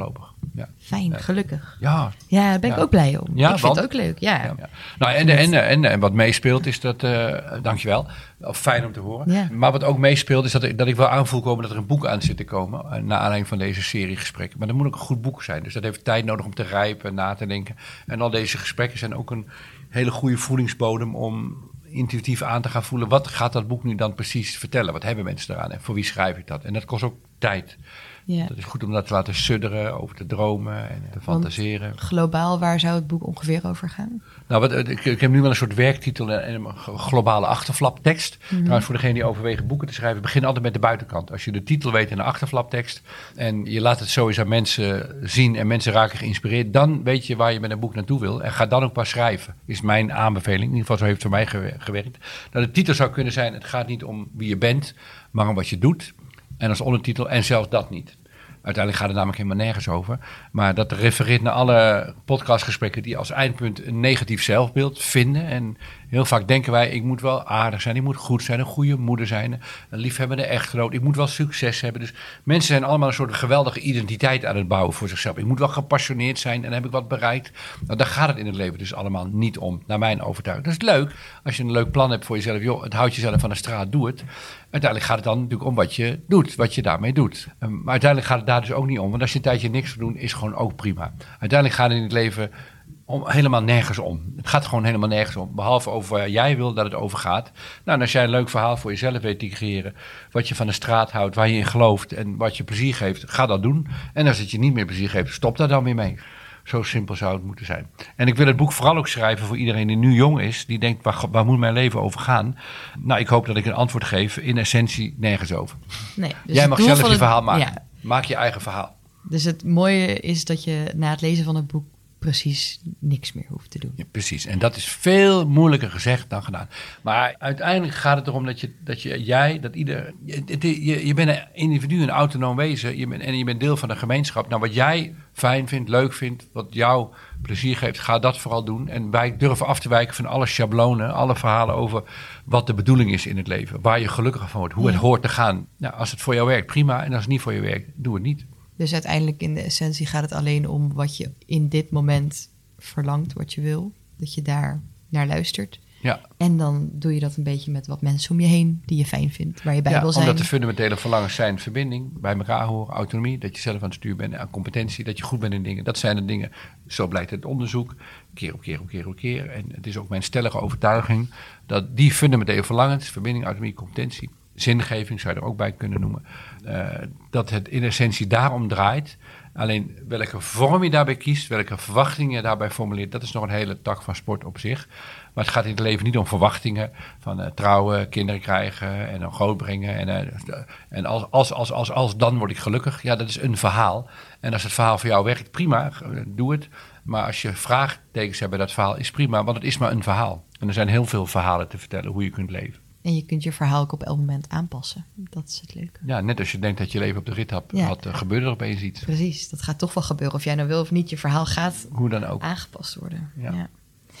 Ja. Fijn, ja. gelukkig. Ja. Ja, daar ben ik ja. ook blij om. Ja, ik vind want? het ook leuk, ja. ja. ja. Nou, en, en, en, en wat meespeelt is dat, uh, dankjewel, fijn om te horen. Ja. Maar wat ook meespeelt is dat ik, dat ik wel aanvoel komen dat er een boek aan zit te komen. Uh, naar aanleiding van deze serie gesprekken. Maar dat moet ook een goed boek zijn. Dus dat heeft tijd nodig om te rijpen, na te denken. En al deze gesprekken zijn ook een hele goede voedingsbodem om intuïtief aan te gaan voelen. Wat gaat dat boek nu dan precies vertellen? Wat hebben mensen eraan en voor wie schrijf ik dat? En dat kost ook tijd. Ja. Dat is goed om dat te laten sudderen, over te dromen en te fantaseren. Want globaal, waar zou het boek ongeveer over gaan? Nou, wat, ik, ik heb nu wel een soort werktitel en een globale achterflaptekst. Mm-hmm. Trouwens, voor degene die overwegen boeken te schrijven, begin altijd met de buitenkant. Als je de titel weet en de achterflaptekst en je laat het sowieso aan mensen zien en mensen raken geïnspireerd, dan weet je waar je met een boek naartoe wil. En ga dan ook pas schrijven, is mijn aanbeveling. In ieder geval, zo heeft het voor mij gewerkt. Nou, de titel zou kunnen zijn, het gaat niet om wie je bent, maar om wat je doet. En als ondertitel, en zelfs dat niet. Uiteindelijk gaat het namelijk helemaal nergens over. Maar dat refereert naar alle podcastgesprekken die als eindpunt een negatief zelfbeeld vinden. En heel vaak denken wij, ik moet wel aardig zijn, ik moet goed zijn, een goede moeder zijn, een liefhebbende echtgenoot, ik moet wel succes hebben. Dus mensen zijn allemaal een soort geweldige identiteit aan het bouwen voor zichzelf. Ik moet wel gepassioneerd zijn en dan heb ik wat bereikt. Nou, daar gaat het in het leven dus allemaal niet om, naar mijn overtuiging. Dat is leuk, als je een leuk plan hebt voor jezelf, joh, het houdt jezelf van de straat, doe het. Uiteindelijk gaat het dan natuurlijk om wat je doet, wat je daarmee doet. Maar uiteindelijk gaat het daar dus ook niet om, want als je een tijdje niks wil doen, is gewoon ook prima. Uiteindelijk gaat het in het leven om helemaal nergens om. Het gaat gewoon helemaal nergens om. Behalve over waar jij wil dat het over gaat. Nou, en als jij een leuk verhaal voor jezelf weet te creëren, wat je van de straat houdt, waar je in gelooft en wat je plezier geeft, ga dat doen. En als het je niet meer plezier geeft, stop daar dan weer mee. Zo simpel zou het moeten zijn. En ik wil het boek vooral ook schrijven voor iedereen die nu jong is, die denkt, waar, waar moet mijn leven over gaan? Nou, ik hoop dat ik een antwoord geef. In essentie nergens over. Nee, dus jij mag zelf je het, verhaal maken. Ja. Maak je eigen verhaal. Dus het mooie is dat je na het lezen van het boek precies niks meer hoeft te doen. Ja, precies. En dat is veel moeilijker gezegd dan gedaan. Maar uiteindelijk gaat het erom dat je, dat je jij, dat ieder... Je, je, je bent een individu, een autonoom wezen. Je bent, en je bent deel van een gemeenschap. Nou, wat jij fijn vindt, leuk vindt, wat jou plezier geeft, ga dat vooral doen. En wij durven af te wijken van alle schablonen, alle verhalen over wat de bedoeling is in het leven. Waar je gelukkiger van wordt, hoe ja. het hoort te gaan. Nou, als het voor jou werkt, prima. En als het niet voor je werkt, doe het niet. Dus uiteindelijk in de essentie gaat het alleen om wat je in dit moment verlangt, wat je wil. Dat je daar naar luistert. Ja. En dan doe je dat een beetje met wat mensen om je heen die je fijn vindt, waar je bij ja, wil zijn. Omdat de fundamentele verlangens zijn verbinding, bij elkaar horen, autonomie, dat je zelf aan het stuur bent, aan competentie, dat je goed bent in dingen. Dat zijn de dingen, zo blijkt het onderzoek, keer op keer op keer op keer. En het is ook mijn stellige overtuiging dat die fundamentele verlangens, verbinding, autonomie, competentie, zingeving zou je er ook bij kunnen noemen, uh, dat het in essentie daarom draait. Alleen welke vorm je daarbij kiest, welke verwachtingen je daarbij formuleert, dat is nog een hele tak van sport op zich. Maar het gaat in het leven niet om verwachtingen van uh, trouwen, kinderen krijgen en dan grootbrengen. En, uh, en als, als, als, als, als dan word ik gelukkig, ja, dat is een verhaal. En als het verhaal voor jou werkt, prima, doe het. Maar als je vraagtekens hebt bij dat verhaal, is prima, want het is maar een verhaal. En er zijn heel veel verhalen te vertellen hoe je kunt leven. En je kunt je verhaal ook op elk moment aanpassen. Dat is het leuke. Ja, net als je denkt dat je leven op de rit had, ja. had uh, gebeurde er opeens iets. Precies, dat gaat toch wel gebeuren. Of jij nou wil of niet, je verhaal gaat hoe dan ook aangepast worden. Ja. Ja.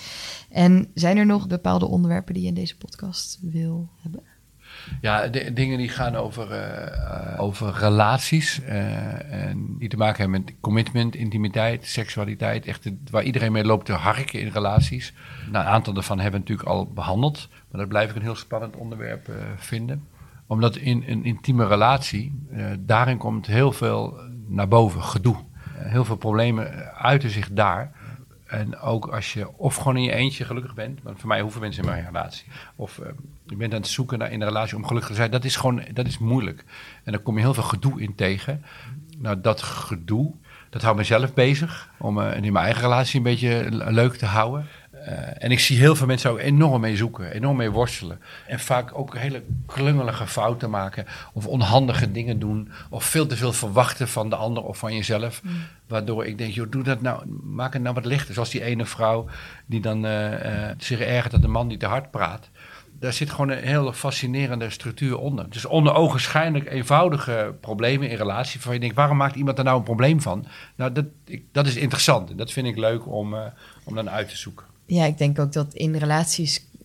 En zijn er nog bepaalde onderwerpen die je in deze podcast wil hebben? Ja, de, dingen die gaan over, uh, over relaties. Uh, en die te maken hebben met commitment, intimiteit, seksualiteit. Echt het, waar iedereen mee loopt te harken in relaties. Nou, een aantal daarvan hebben we natuurlijk al behandeld. Maar dat blijf ik een heel spannend onderwerp uh, vinden. Omdat in een intieme relatie, uh, daarin komt heel veel naar boven, gedoe. Uh, heel veel problemen uiten zich daar. En ook als je of gewoon in je eentje gelukkig bent. Want voor mij hoeven mensen in mijn relatie. Of uh, je bent aan het zoeken naar in een relatie om gelukkig te zijn. Dat is gewoon, dat is moeilijk. En daar kom je heel veel gedoe in tegen. Nou, dat gedoe, dat houdt mezelf bezig. Om uh, in mijn eigen relatie een beetje leuk te houden. Uh, en ik zie heel veel mensen ook enorm mee zoeken, enorm mee worstelen. En vaak ook hele klungelige fouten maken of onhandige dingen doen. Of veel te veel verwachten van de ander of van jezelf. Mm. Waardoor ik denk, joh, doe dat nou, maak het nou wat lichter. Zoals die ene vrouw die dan uh, uh, zich ergert dat de man niet te hard praat. Daar zit gewoon een hele fascinerende structuur onder. Dus onder ogenschijnlijk eenvoudige problemen in relatie. Waarvan je denkt, waarom maakt iemand er nou een probleem van? Nou, dat, ik, dat is interessant. En dat vind ik leuk om, uh, om dan uit te zoeken. Ja, ik denk ook dat in relaties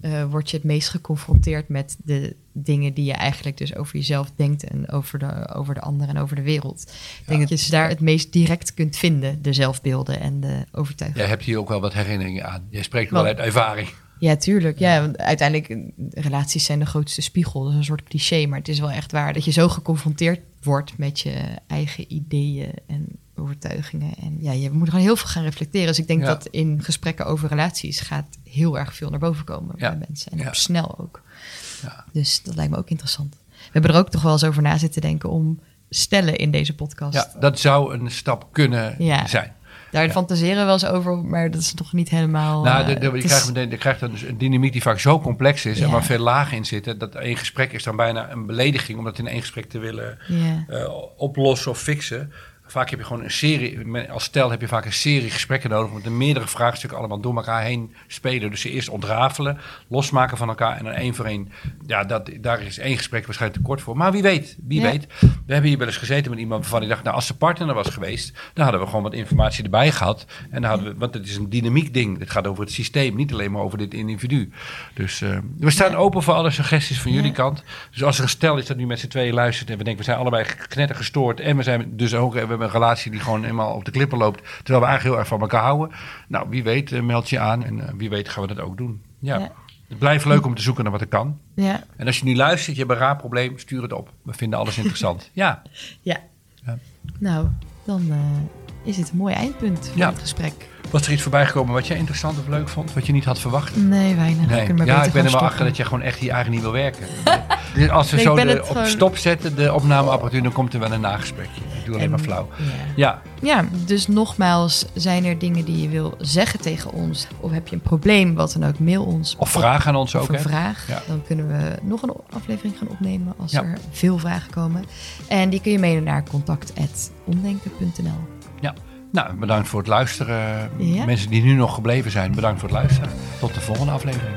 uh, word je het meest geconfronteerd met de dingen die je eigenlijk dus over jezelf denkt en over de, over de ander en over de wereld. Ik ja. denk dat je ze daar het meest direct kunt vinden, de zelfbeelden en de overtuigingen. Jij hebt hier ook wel wat herinneringen aan. Jij spreekt wel, wel uit ervaring. Ja, tuurlijk. Ja, want uiteindelijk, relaties zijn de grootste spiegel. Dat is een soort cliché, maar het is wel echt waar dat je zo geconfronteerd wordt met je eigen ideeën en overtuigingen. En ja, je moet gewoon heel veel gaan reflecteren. Dus ik denk ja. dat in gesprekken over relaties gaat heel erg veel naar boven komen ja. bij mensen. En ja. snel ook. Ja. Dus dat lijkt me ook interessant. We hebben er ook toch wel eens over na zitten denken om stellen in deze podcast. Ja, dat zou een stap kunnen ja. zijn. Daar ja. fantaseren we wel eens over, maar dat is toch niet helemaal... Nou, de, de, je, is... krijgt, je krijgt een, een dynamiek die vaak zo complex is... Ja. en waar veel lagen in zitten... dat één gesprek is dan bijna een belediging... om dat in één gesprek te willen ja. uh, oplossen of fixen. Vaak heb je gewoon een serie... Als stel heb je vaak een serie gesprekken nodig... met de meerdere vraagstukken allemaal door elkaar heen spelen. Dus ze eerst ontrafelen, losmaken van elkaar... en dan één voor één... Ja, dat, daar is één gesprek waarschijnlijk te kort voor. Maar wie weet, wie ja. weet. We hebben hier wel eens gezeten met iemand waarvan ik dacht... nou, als ze partner was geweest... dan hadden we gewoon wat informatie erbij gehad. En dan hadden we, want het is een dynamiek ding. Het gaat over het systeem, niet alleen maar over dit individu. Dus uh, we staan ja. open voor alle suggesties van ja. jullie kant. Dus als er een stel is dat nu met z'n tweeën luistert... en we denken, we zijn allebei knettergestoord... en we zijn dus ook... We een relatie die gewoon eenmaal op de klippen loopt... terwijl we eigenlijk heel erg van elkaar houden. Nou, wie weet, uh, meld je aan en uh, wie weet gaan we dat ook doen. Ja. ja. Het blijft leuk om te zoeken naar wat er kan. Ja. En als je nu luistert, je hebt een raar probleem, stuur het op. We vinden alles interessant. ja. ja. Ja. Nou, dan uh, is het een mooi eindpunt voor ja. het gesprek. Was er iets voorbij gekomen wat jij interessant of leuk vond? Wat je niet had verwacht? Nee, weinig. Nee. Ik ja, ik ben er wel achter dat je gewoon echt hier eigenlijk niet wil werken. Dus als we nee, zo de, op gewoon... stop zetten, de opnameapparatuur, dan komt er wel een nagesprekje. Ik doe alleen en, maar flauw. Ja. Ja. ja, dus nogmaals, zijn er dingen die je wil zeggen tegen ons? Of heb je een probleem, wat dan ook, mail ons. Of vraag aan ons of ook. Of een hè? vraag. Ja. Dan kunnen we nog een aflevering gaan opnemen als ja. er veel vragen komen. En die kun je mailen naar contact apenstaartje omdenken punt n l. Ja. Nou, bedankt voor het luisteren. Ja. Mensen die nu nog gebleven zijn, bedankt voor het luisteren. Tot de volgende aflevering.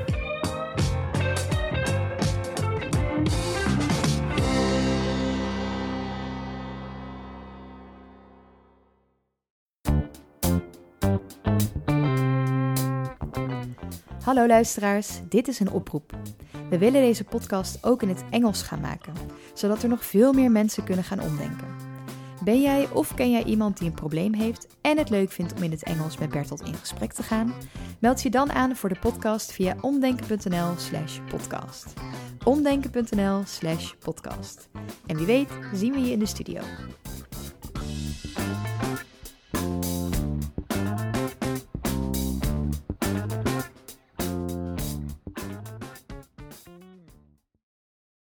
Hallo luisteraars, dit is een oproep. We willen deze podcast ook in het Engels gaan maken, zodat er nog veel meer mensen kunnen gaan omdenken. Ben jij of ken jij iemand die een probleem heeft en het leuk vindt om in het Engels met Bertolt in gesprek te gaan? Meld je dan aan voor de podcast via omdenken.nl slash podcast. omdenken.nl slash podcast. En wie weet zien we je in de studio.